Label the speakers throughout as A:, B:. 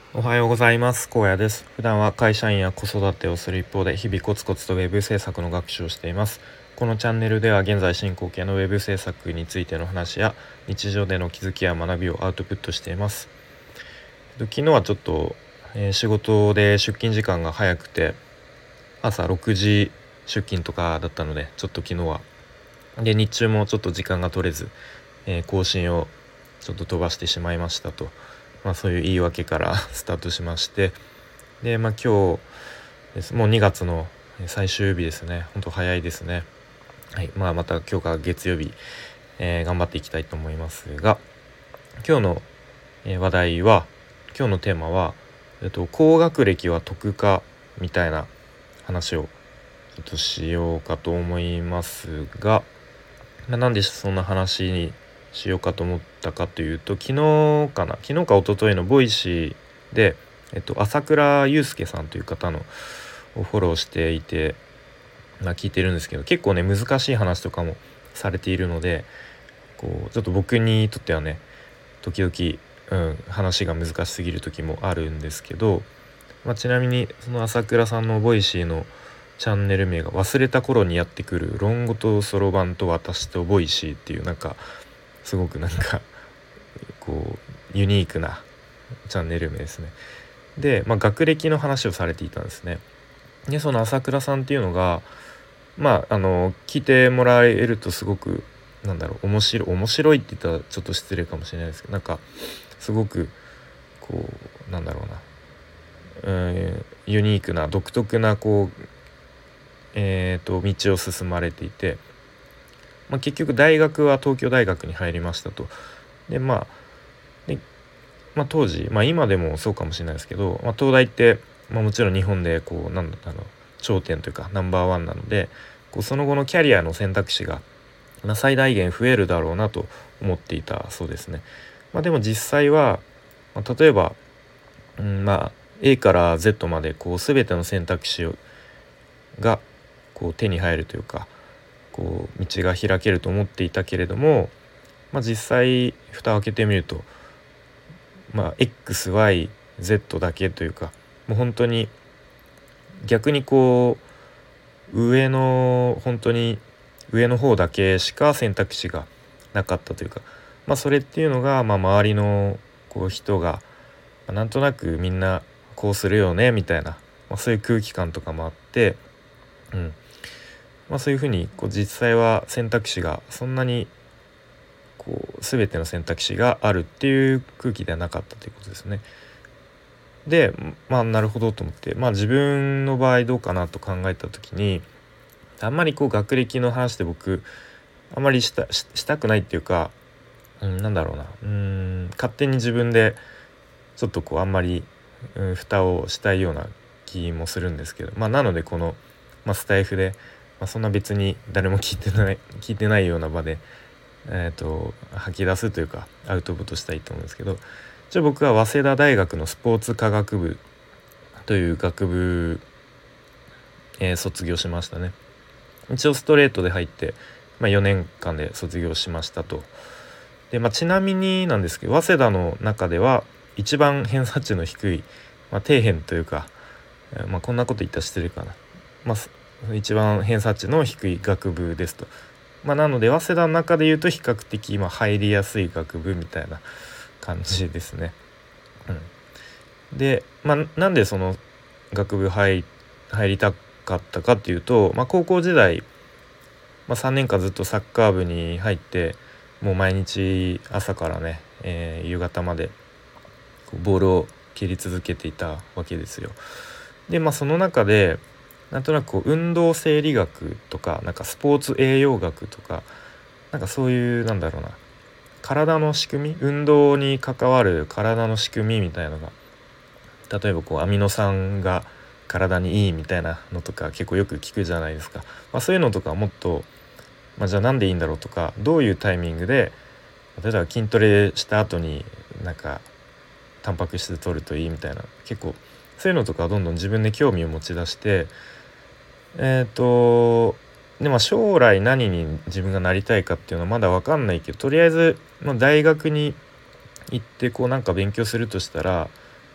A: おはようございます。荒野です。普段は会社員や子育てをする一方で日々コツコツとウェブ制作の学習をしています。このチャンネルでは現在進行形のウェブ制作についての話や日常での気づきや学びをアウトプットしています。昨日はちょっと、仕事で出勤時間が早くて朝6時出勤とかだったのでちょっと昨日はで日中もちょっと時間が取れず、更新をちょっと飛ばしてしまいましたと、そういう言い訳からスタートしまして、で、今日です。もう2月の最終日ですね。本当早いですね。はい、また今日から月曜日、頑張っていきたいと思いますが、今日の、話題は今日のテーマは、高学歴は得かみたいな話をちょっとしようかと思いますが、なんでそんな話にしようかと思ったかというと、昨日か一昨日のボイシーで、朝倉祐介さんという方のをフォローしていて、聞いてるんですけど、結構ね難しい話とかもされているので、ちょっと僕にとってはね時々、話が難しすぎる時もあるんですけど、ちなみにその朝倉さんのボイシーのチャンネル名が忘れた頃にやってくる論語とそろばんと私とボイシーっていう、すごくユニークなチャンネル名ですね。で、学歴の話をされていたんですね。でその朝倉さんっていうのが聞いてもらえるとすごく面白いって言ったらちょっと失礼かもしれないですけど、すごくユニークな独特な道を進まれていて、結局大学は東京大学に入りましたと。で当時、今でもそうかもしれないですけど、東大って、もちろん日本で頂点というかナンバーワンなので、その後のキャリアの選択肢が、最大限増えるだろうなと思っていたそうですね。でも実際は、例えば、A から Z まで全ての選択肢が手に入るというか、道が開けると思っていたけれども、実際蓋を開けてみると、XYZ だけというか、もう本当に逆に本当に上の方だけしか選択肢がなかったというか、それっていうのが、周りの人が、なんとなくみんなこうするよねみたいな、そういう空気感とかもあって、そういうふうに実際は選択肢がそんなに全ての選択肢があるっていう空気ではなかったということですね。でなるほどと思って、自分の場合どうかなと考えた時に、あんまり学歴の話で僕あんまりしたくないっていうか、勝手に自分でちょっとあんまり、蓋をしたいような気もするんですけど、なのでこの、スタイフで、そんな別に誰も聞いてないような場で、吐き出すというかアウトプットしたいと思うんですけど、僕は早稲田大学のスポーツ科学部という学部、卒業しましたね。一応ストレートで入って、4年間で卒業しましたと。で、ちなみになんですけど、早稲田の中では一番偏差値の低い、底辺というか、こんなこと言ったら失礼かな、一番偏差値の低い学部ですと。なので早稲田の中でいうと比較的入りやすい学部みたいな感じですね。で、なんでその学部入りたかったかっていうと、高校時代、3年間ずっとサッカー部に入って、もう毎日朝からね、夕方までボールを蹴り続けていたわけですよ。でその中でなんとなく運動生理学とかスポーツ栄養学とかそういう体の仕組み、運動に関わる体の仕組みみたいなのが、例えばアミノ酸が体にいいみたいなのとか結構よく聞くじゃないですか。そういうのとかもっと、じゃあなんでいいんだろうとか、どういうタイミングで例えば筋トレした後にタンパク質取るといいみたいな、結構そういうのとかどんどん自分で興味を持ち出して、で将来何に自分がなりたいかっていうのはまだ分かんないけど、とりあえず大学に行って勉強するとしたら、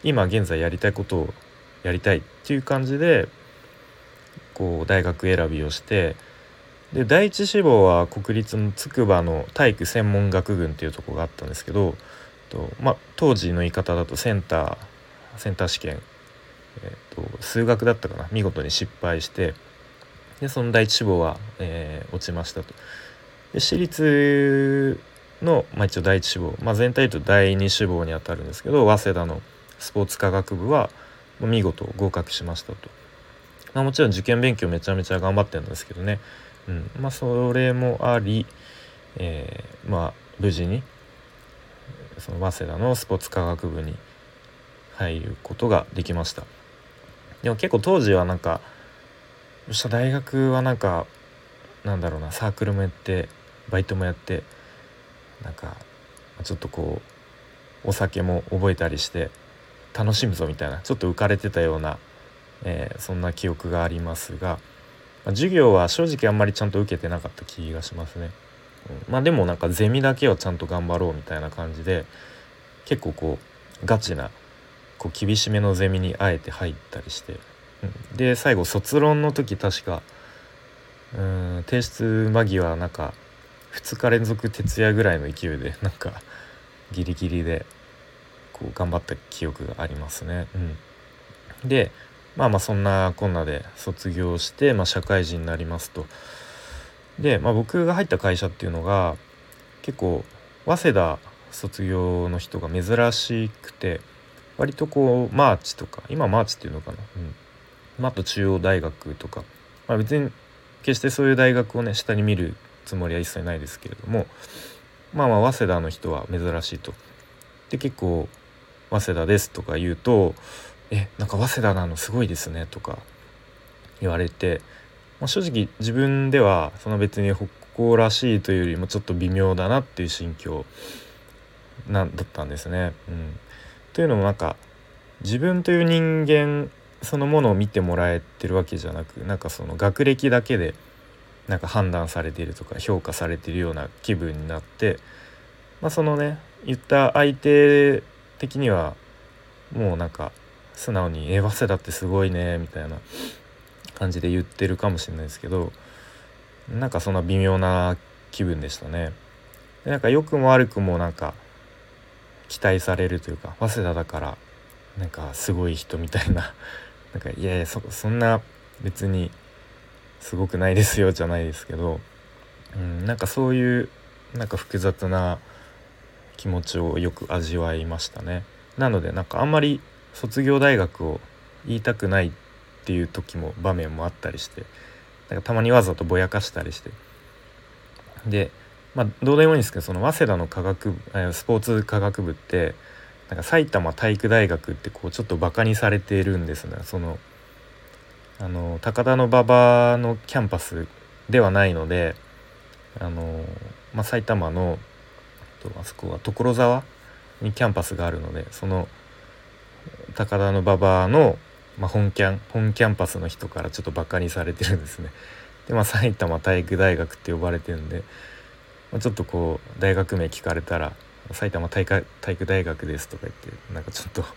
A: 今現在やりたいことをやりたいっていう感じでこう大学選びをして、で第一志望は国立の筑波の体育専門学群っていうところがあったんですけど、当時の言い方だとセンター試験、数学だったかな、見事に失敗して、でその第一志望は、落ちましたと。で私立の、一応第一志望、全体と第二志望にあたるんですけど、早稲田のスポーツ科学部は見事合格しましたと。もちろん受験勉強めちゃめちゃ頑張ってるんですけどね、それもあり、無事にその早稲田のスポーツ科学部に入ることができました。でも結構当時はなんか大学はなんかなんだろうな、サークルもやってバイトもやってなんかちょっとこうお酒も覚えたりして楽しむぞみたいな、ちょっと浮かれてたような、そんな記憶がありますが、授業は正直あんまりちゃんと受けてなかった気がしますね。でもなんかゼミだけはちゃんと頑張ろうみたいな感じで結構こうガチなこう厳しめのゼミにあえて入ったりして、で最後卒論の時確か提出間際なんか2日連続徹夜ぐらいの勢いでなんかギリギリでこう頑張った記憶がありますね。でそんなこんなで卒業して、社会人になりますと。で、僕が入った会社っていうのが結構早稲田卒業の人が珍しくて、割とこうマーチとか、今マーチっていうのかな、あと中央大学とか、別に決してそういう大学をね下に見るつもりは一切ないですけれども、早稲田の人は珍しいと。で結構早稲田ですとか言うとなんか早稲田なのすごいですねとか言われて、正直自分ではその別に誇らしいというよりもちょっと微妙だなっていう心境だったんですね。というのもなんか自分という人間そのものを見てもらえてるわけじゃなく、なんかその学歴だけでなんか判断されているとか評価されているような気分になって、そのね言った相手的にはもうなんか素直に早稲田ってすごいねみたいな感じで言ってるかもしれないですけど、なんかそんな微妙な気分でしたね。でなんか良くも悪くもなんか期待されるというか、早稲田だからなんかすごい人みたいななんかいやいやそんな別にすごくないですよじゃないですけど、なんかそういうなんか複雑な気持ちをよく味わいましたね。なのでなんかあんまり卒業大学を言いたくないっていう時も場面もあったりして、なんかたまにわざとぼやかしたりして、でどうでもいいんですけど、その早稲田の科学部スポーツ科学部ってなんか埼玉体育大学ってこうちょっとバカにされているんですね。その高田馬場のキャンパスではないので、埼玉のあそこは所沢にキャンパスがあるので、その高田馬場の、本キャンパスの人からちょっとバカにされてるんですね。で埼玉体育大学って呼ばれてるんで、ちょっとこう大学名聞かれたら埼玉体育大学ですとか言ってなんかちょっと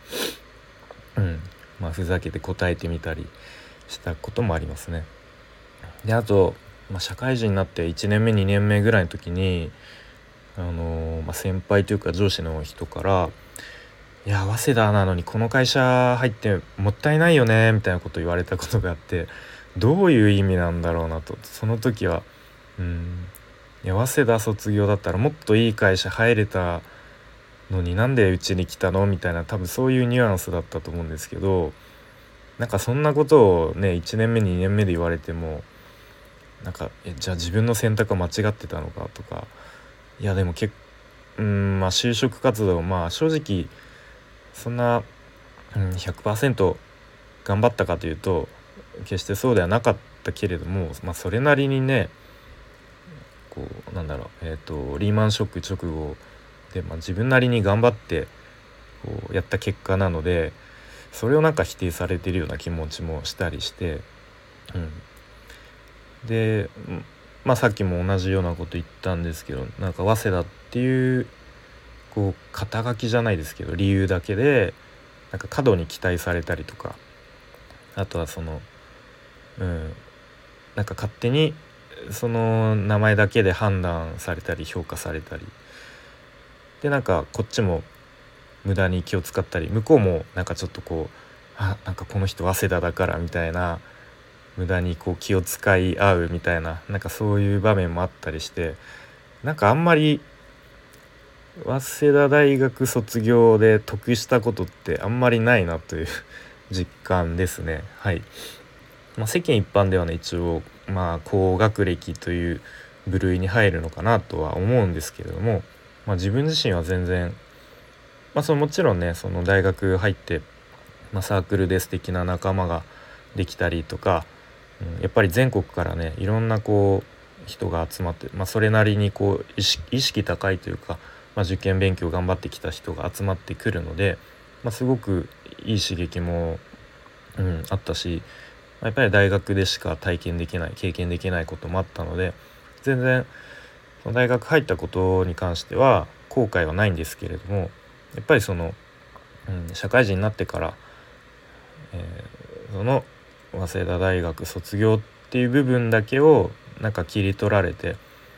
A: ふざけて答えてみたりしたこともありますね。であと、社会人になって1年目2年目ぐらいの時に先輩というか上司の人から「いや早稲田なのにこの会社入ってもったいないよね」みたいなこと言われたことがあって、どういう意味なんだろうなと。その時はいや早稲田卒業だったらもっといい会社入れたのになんでうちに来たのみたいな、多分そういうニュアンスだったと思うんですけど、なんかそんなことをね1年目2年目で言われてもなんかじゃあ自分の選択は間違ってたのかとか、いやでも就職活動正直そんな、100% 頑張ったかというと決してそうではなかったけれども、それなりにねこうなんだろう、リーマンショック直後で、自分なりに頑張ってこうやった結果なので、それをなんか否定されているような気持ちもしたりして、でさっきも同じようなこと言ったんですけど、なんか早稲田っていうこう肩書きじゃないですけど理由だけでなんか過度に期待されたりとか、あとはなんか勝手にその名前だけで判断されたり評価されたりで、なんかこっちも無駄に気を使ったり、向こうもなんかちょっとなんかこの人早稲田だからみたいな、無駄に気を使い合うみたいな、なんかそういう場面もあったりして、なんかあんまり早稲田大学卒業で得したことってあんまりないなという実感ですね。はい。世間一般ではね、一応高学歴という部類に入るのかなとは思うんですけれども、自分自身は全然、もちろんね、その大学入って、サークルで素敵な仲間ができたりとか、やっぱり全国からねいろんな人が集まって、それなりに意識高いというか、受験勉強頑張ってきた人が集まってくるので、すごくいい刺激も、あったし、やっぱり大学でしか体験できない経験できないこともあったので、全然その大学入ったことに関しては後悔はないんですけれども、やっぱり社会人になってから、その早稲田大学卒業っていう部分だけをなんか切り取られて、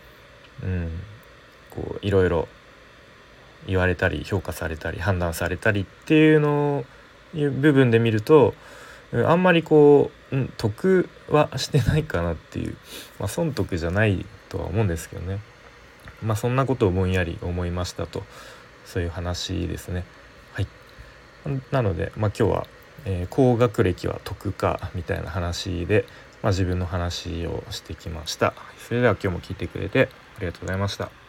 A: いろいろ言われたり評価されたり判断されたりっていう部分で見ると、あんまり得はしてないかなっていう、損得じゃないとは思うんですけどね。そんなことをぼんやり思いましたと、そういう話ですね。はい。なので、今日は、高学歴は得かみたいな話で、自分の話をしてきました。それでは今日も聞いてくれてありがとうございました。